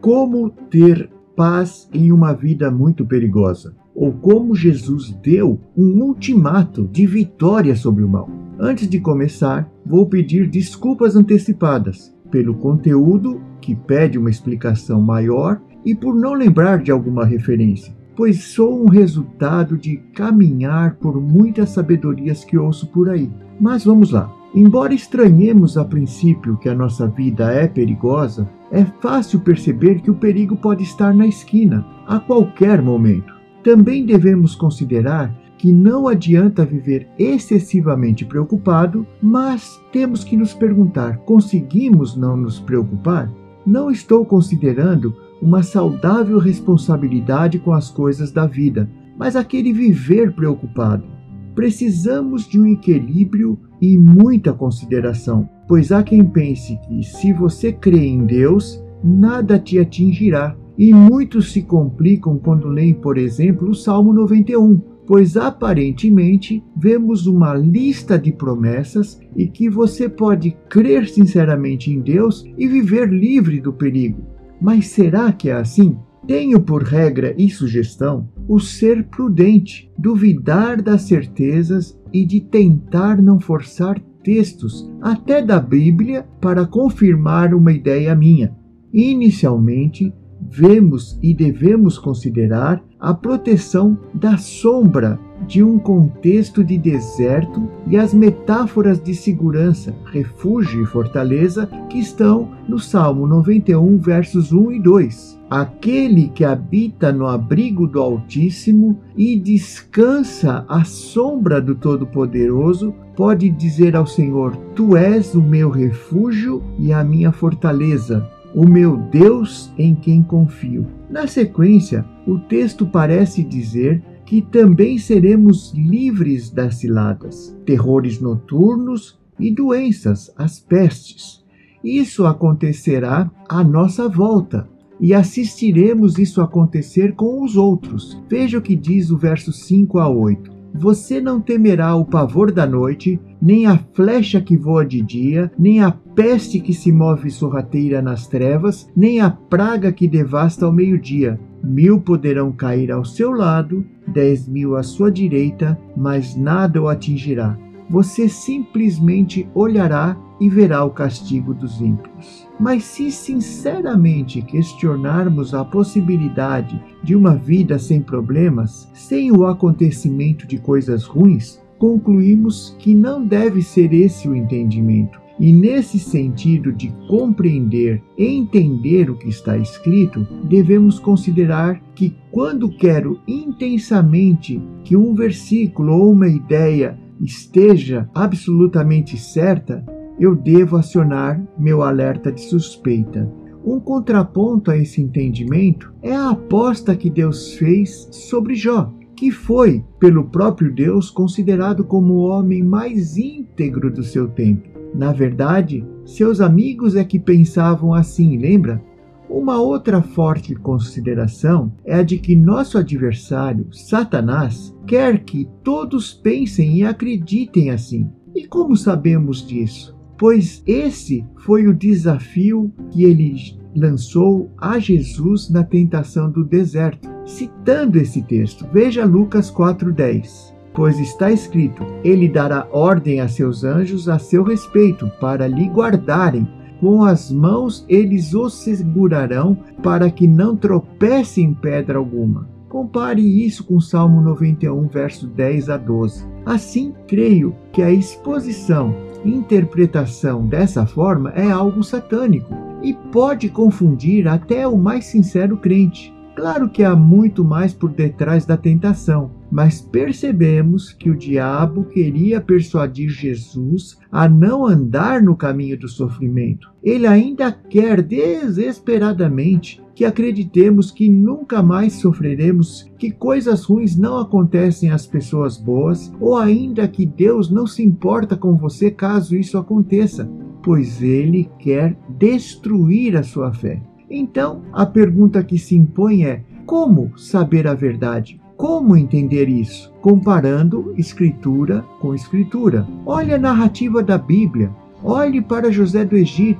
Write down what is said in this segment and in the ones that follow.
Como ter paz em uma vida muito perigosa? Ou como Jesus deu um ultimato de vitória sobre o mal? Antes de começar, vou pedir desculpas antecipadas pelo conteúdo que pede uma explicação maior e por não lembrar de alguma referência, pois sou um resultado de caminhar por muitas sabedorias que ouço por aí. Mas vamos lá. Embora estranhemos a princípio que a nossa vida é perigosa, é fácil perceber que o perigo pode estar na esquina, a qualquer momento. Também devemos considerar que não adianta viver excessivamente preocupado, mas temos que nos perguntar: conseguimos não nos preocupar? Não estou considerando uma saudável responsabilidade com as coisas da vida, mas aquele viver preocupado. Precisamos de um equilíbrio e muita consideração, pois há quem pense que, se você crê em Deus, nada te atingirá. E muitos se complicam quando leem, por exemplo, o Salmo 91, pois aparentemente vemos uma lista de promessas e que você pode crer sinceramente em Deus e viver livre do perigo. Mas será que é assim? Tenho por regra e sugestão o ser prudente, duvidar das certezas e de tentar não forçar textos, até da Bíblia, para confirmar uma ideia minha. Inicialmente, vemos e devemos considerar a proteção da sombra de um contexto de deserto e as metáforas de segurança, refúgio e fortaleza que estão no Salmo 91, versos 1 e 2. Aquele que habita no abrigo do Altíssimo e descansa à sombra do Todo-Poderoso pode dizer ao Senhor: Tu és o meu refúgio e a minha fortaleza, o meu Deus em quem confio. Na sequência, o texto parece dizer que também seremos livres das ciladas, terrores noturnos e doenças, as pestes. Isso acontecerá à nossa volta e assistiremos isso acontecer com os outros. Veja o que diz o verso 5 a 8. Você não temerá o pavor da noite, nem a flecha que voa de dia, nem a peste que se move sorrateira nas trevas, nem a praga que devasta ao meio-dia. 1000 poderão cair ao seu lado, 10.000 à sua direita, mas nada o atingirá. Você simplesmente olhará e verá o castigo dos ímpios. Mas se sinceramente questionarmos a possibilidade de uma vida sem problemas, sem o acontecimento de coisas ruins, concluímos que não deve ser esse o entendimento. E nesse sentido de compreender e entender o que está escrito, devemos considerar que quando quero intensamente que um versículo ou uma ideia esteja absolutamente certa, eu devo acionar meu alerta de suspeita. Um contraponto a esse entendimento é a aposta que Deus fez sobre Jó, que foi, pelo próprio Deus, considerado como o homem mais íntegro do seu tempo. Na verdade, seus amigos é que pensavam assim, lembra? Uma outra forte consideração é a de que nosso adversário, Satanás, quer que todos pensem e acreditem assim. E como sabemos disso? Pois esse foi o desafio que ele lançou a Jesus na tentação do deserto. Citando esse texto, veja Lucas 4:10. Pois está escrito: Ele dará ordem a seus anjos a seu respeito, para lhe guardarem. Com as mãos eles o segurarão, para que não tropece em pedra alguma. Compare isso com o Salmo 91, verso 10 a 12. Assim, creio que a exposição e interpretação dessa forma é algo satânico e pode confundir até o mais sincero crente. Claro que há muito mais por detrás da tentação, mas percebemos que o diabo queria persuadir Jesus a não andar no caminho do sofrimento. Ele ainda quer desesperadamente que acreditemos que nunca mais sofreremos, que coisas ruins não acontecem às pessoas boas, ou ainda que Deus não se importa com você caso isso aconteça, pois ele quer destruir a sua fé. Então, a pergunta que se impõe é: como saber a verdade? Como entender isso? Comparando Escritura com Escritura. Olhe a narrativa da Bíblia. Olhe para José do Egito.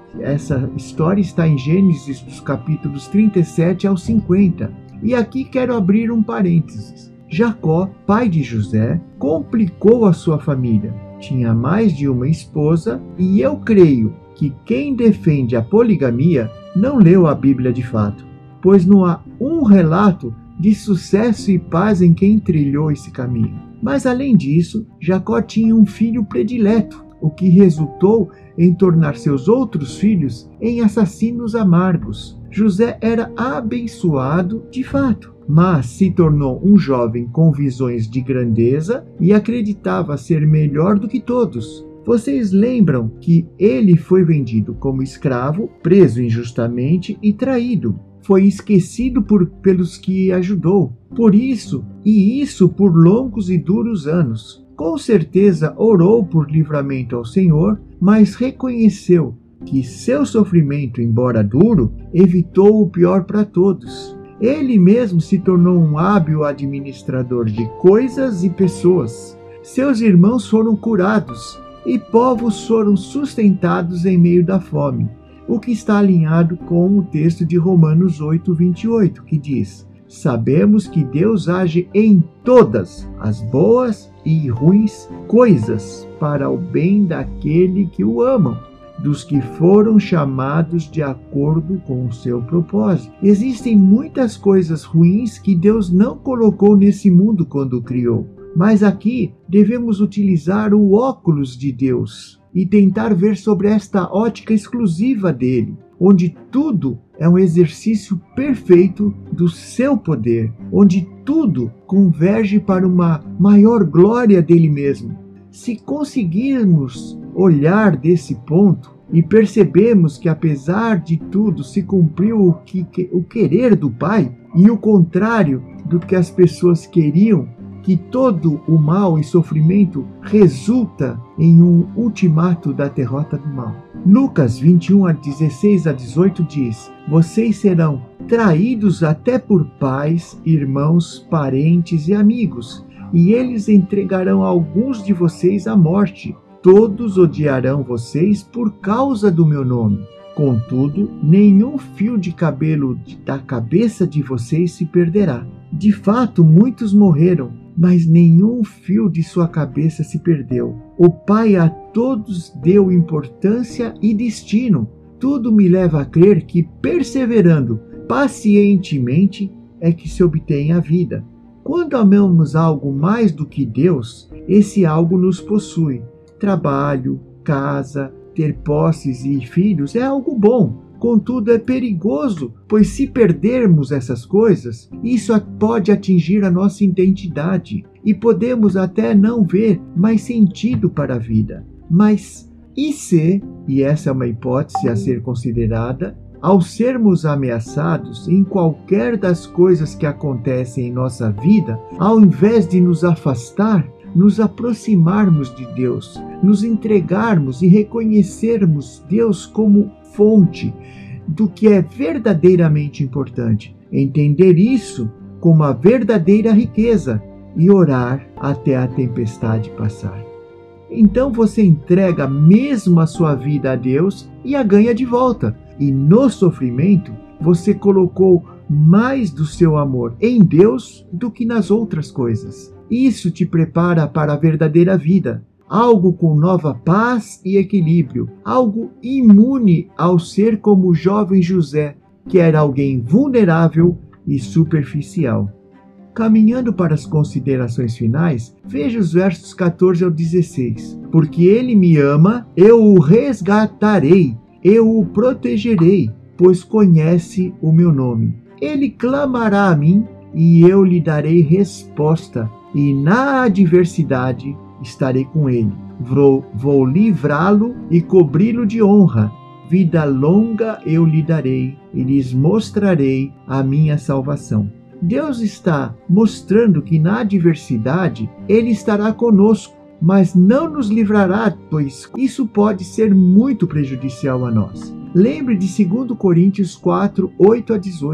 Essa história está em Gênesis, dos capítulos 37 ao 50. E aqui quero abrir um parênteses. Jacó, pai de José, complicou a sua família. Tinha mais de uma esposa e eu creio que quem defende a poligamia não leu a Bíblia de fato, pois não há um relato de sucesso e paz em quem trilhou esse caminho. Mas além disso, Jacó tinha um filho predileto, o que resultou em tornar seus outros filhos em assassinos amargos. José era abençoado de fato, mas se tornou um jovem com visões de grandeza e acreditava ser melhor do que todos. Vocês lembram que ele foi vendido como escravo, preso injustamente e traído. Foi esquecido pelos que ajudou. Por isso, e isso por longos e duros anos. Com certeza orou por livramento ao Senhor, mas reconheceu que seu sofrimento, embora duro, evitou o pior para todos. Ele mesmo se tornou um hábil administrador de coisas e pessoas. Seus irmãos foram curados e povos foram sustentados em meio da fome, o que está alinhado com o texto de Romanos 8:28, que diz: sabemos que Deus age em todas as boas e ruins coisas para o bem daquele que o amam, dos que foram chamados de acordo com o seu propósito. Existem muitas coisas ruins que Deus não colocou nesse mundo quando o criou. Mas aqui devemos utilizar o óculos de Deus e tentar ver sobre esta ótica exclusiva dele, onde tudo é um exercício perfeito do seu poder, onde tudo converge para uma maior glória dele mesmo. Se conseguirmos olhar desse ponto e percebemos que apesar de tudo se cumpriu o querer do Pai e o contrário do que as pessoas queriam, que todo o mal e sofrimento resulta em um ultimato da derrota do mal. Lucas 21:16-18 diz: vocês serão traídos até por pais, irmãos, parentes e amigos, e eles entregarão alguns de vocês à morte. Todos odiarão vocês por causa do meu nome. Contudo, nenhum fio de cabelo da cabeça de vocês se perderá. De fato, muitos morreram, mas nenhum fio de sua cabeça se perdeu. O Pai a todos deu importância e destino. Tudo me leva a crer que, perseverando pacientemente, é que se obtém a vida. Quando amamos algo mais do que Deus, esse algo nos possui. Trabalho, casa, ter posses e filhos é algo bom. Contudo, é perigoso, pois se perdermos essas coisas, isso pode atingir a nossa identidade e podemos até não ver mais sentido para a vida. Mas e se, e essa é uma hipótese a ser considerada, ao sermos ameaçados em qualquer das coisas que acontecem em nossa vida, ao invés de nos afastar, nos aproximarmos de Deus, nos entregarmos e reconhecermos Deus como fonte do que é verdadeiramente importante, entender isso como a verdadeira riqueza e orar até a tempestade passar. Então você entrega mesmo a sua vida a Deus e a ganha de volta. E no sofrimento você colocou mais do seu amor em Deus do que nas outras coisas. Isso te prepara para a verdadeira vida, algo com nova paz e equilíbrio, algo imune ao ser como o jovem José, que era alguém vulnerável e superficial. Caminhando para as considerações finais, veja os versos 14-16. Porque ele me ama, eu o resgatarei, eu o protegerei, pois conhece o meu nome. Ele clamará a mim e eu lhe darei resposta, e na adversidade estarei com ele. Vou livrá-lo e cobri-lo de honra. Vida longa eu lhe darei e lhes mostrarei a minha salvação. Deus está mostrando que na adversidade Ele estará conosco, mas não nos livrará, pois isso pode ser muito prejudicial a nós. Lembre de 2 Coríntios 4:8-18.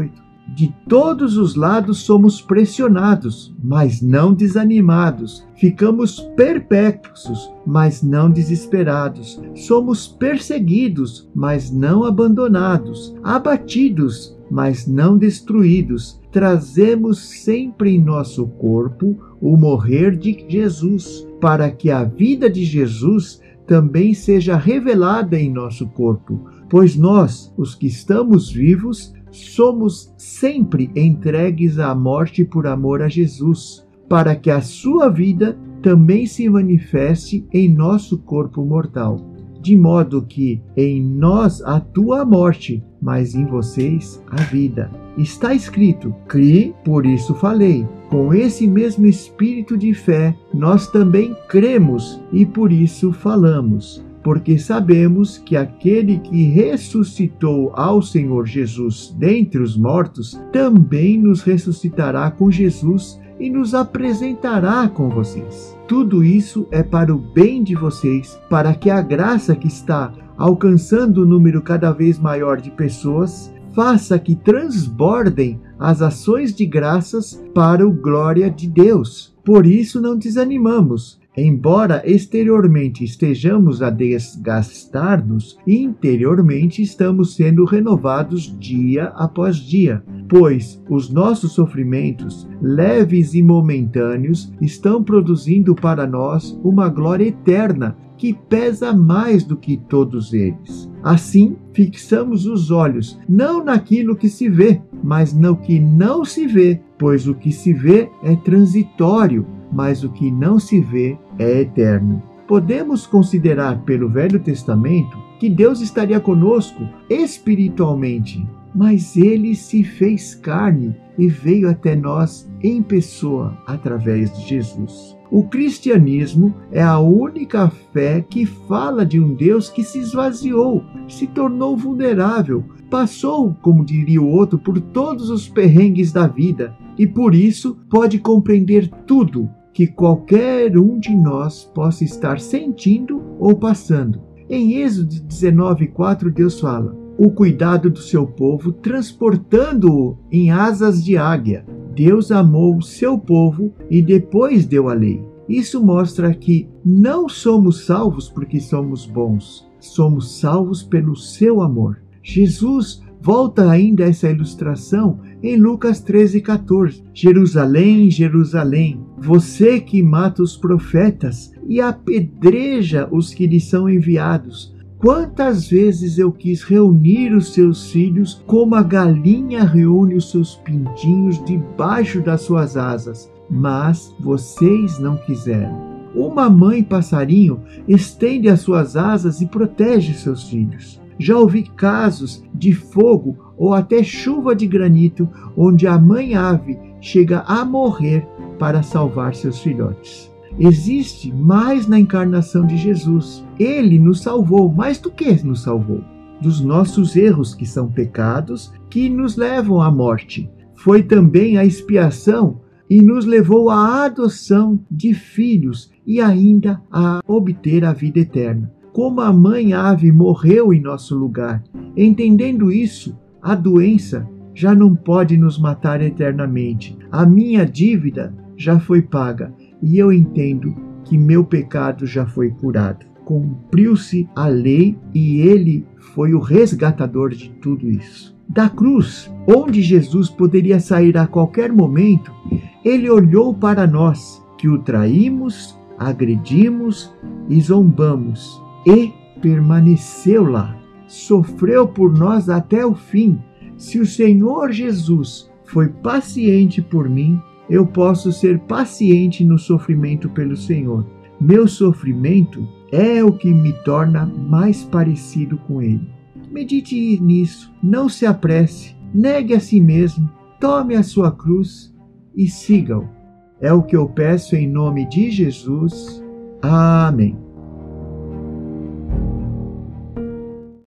De todos os lados somos pressionados, mas não desanimados. Ficamos perplexos, mas não desesperados. Somos perseguidos, mas não abandonados. Abatidos, mas não destruídos. Trazemos sempre em nosso corpo o morrer de Jesus, para que a vida de Jesus também seja revelada em nosso corpo. Pois nós, os que estamos vivos, somos sempre entregues à morte por amor a Jesus, para que a sua vida também se manifeste em nosso corpo mortal. De modo que em nós atua a morte, mas em vocês a vida. Está escrito: "Cri, por isso falei". Com esse mesmo espírito de fé, nós também cremos e por isso falamos. Porque sabemos que aquele que ressuscitou ao Senhor Jesus dentre os mortos, também nos ressuscitará com Jesus e nos apresentará com vocês. Tudo isso é para o bem de vocês, para que a graça que está alcançando um número cada vez maior de pessoas faça que transbordem as ações de graças para a glória de Deus. Por isso não desanimamos. Embora exteriormente estejamos a desgastar-nos, interiormente estamos sendo renovados dia após dia, pois os nossos sofrimentos, leves e momentâneos, estão produzindo para nós uma glória eterna que pesa mais do que todos eles. Assim, fixamos os olhos não naquilo que se vê, mas no que não se vê, pois o que se vê é transitório, mas o que não se vê é eterno. Podemos considerar pelo Velho Testamento que Deus estaria conosco espiritualmente, mas Ele se fez carne e veio até nós em pessoa através de Jesus. O cristianismo é a única fé que fala de um Deus que se esvaziou, se tornou vulnerável, passou, como diria o outro, por todos os perrengues da vida e por isso pode compreender tudo que qualquer um de nós possa estar sentindo ou passando. Em Êxodo 19:4, Deus fala: o cuidado do seu povo, transportando-o em asas de águia. Deus amou o seu povo e depois deu a lei. Isso mostra que não somos salvos porque somos bons, somos salvos pelo seu amor. Jesus volta ainda a essa ilustração em Lucas 13:14. Jerusalém, Jerusalém, você que mata os profetas e apedreja os que lhe são enviados. Quantas vezes eu quis reunir os seus filhos como a galinha reúne os seus pintinhos debaixo das suas asas, mas vocês não quiseram. Uma mãe passarinho estende as suas asas e protege seus filhos. Já ouvi casos de fogo ou até chuva de granito, onde a mãe ave chega a morrer para salvar seus filhotes. Existe mais na encarnação de Jesus. Ele nos salvou. Mais do que nos salvou? Dos nossos erros, que são pecados, que nos levam à morte. Foi também a expiação e nos levou à adoção de filhos e ainda a obter a vida eterna. Como a mãe ave morreu em nosso lugar. Entendendo isso, a doença já não pode nos matar eternamente. A minha dívida já foi paga e eu entendo que meu pecado já foi curado. Cumpriu-se a lei e ele foi o resgatador de tudo isso. Da cruz, onde Jesus poderia sair a qualquer momento, ele olhou para nós, que o traímos, agredimos e zombamos, e permaneceu lá. Sofreu por nós até o fim. Se o Senhor Jesus foi paciente por mim, eu posso ser paciente no sofrimento pelo Senhor. Meu sofrimento é o que me torna mais parecido com Ele. Medite nisso, não se apresse, negue a si mesmo, tome a sua cruz e siga-o. É o que eu peço em nome de Jesus. Amém.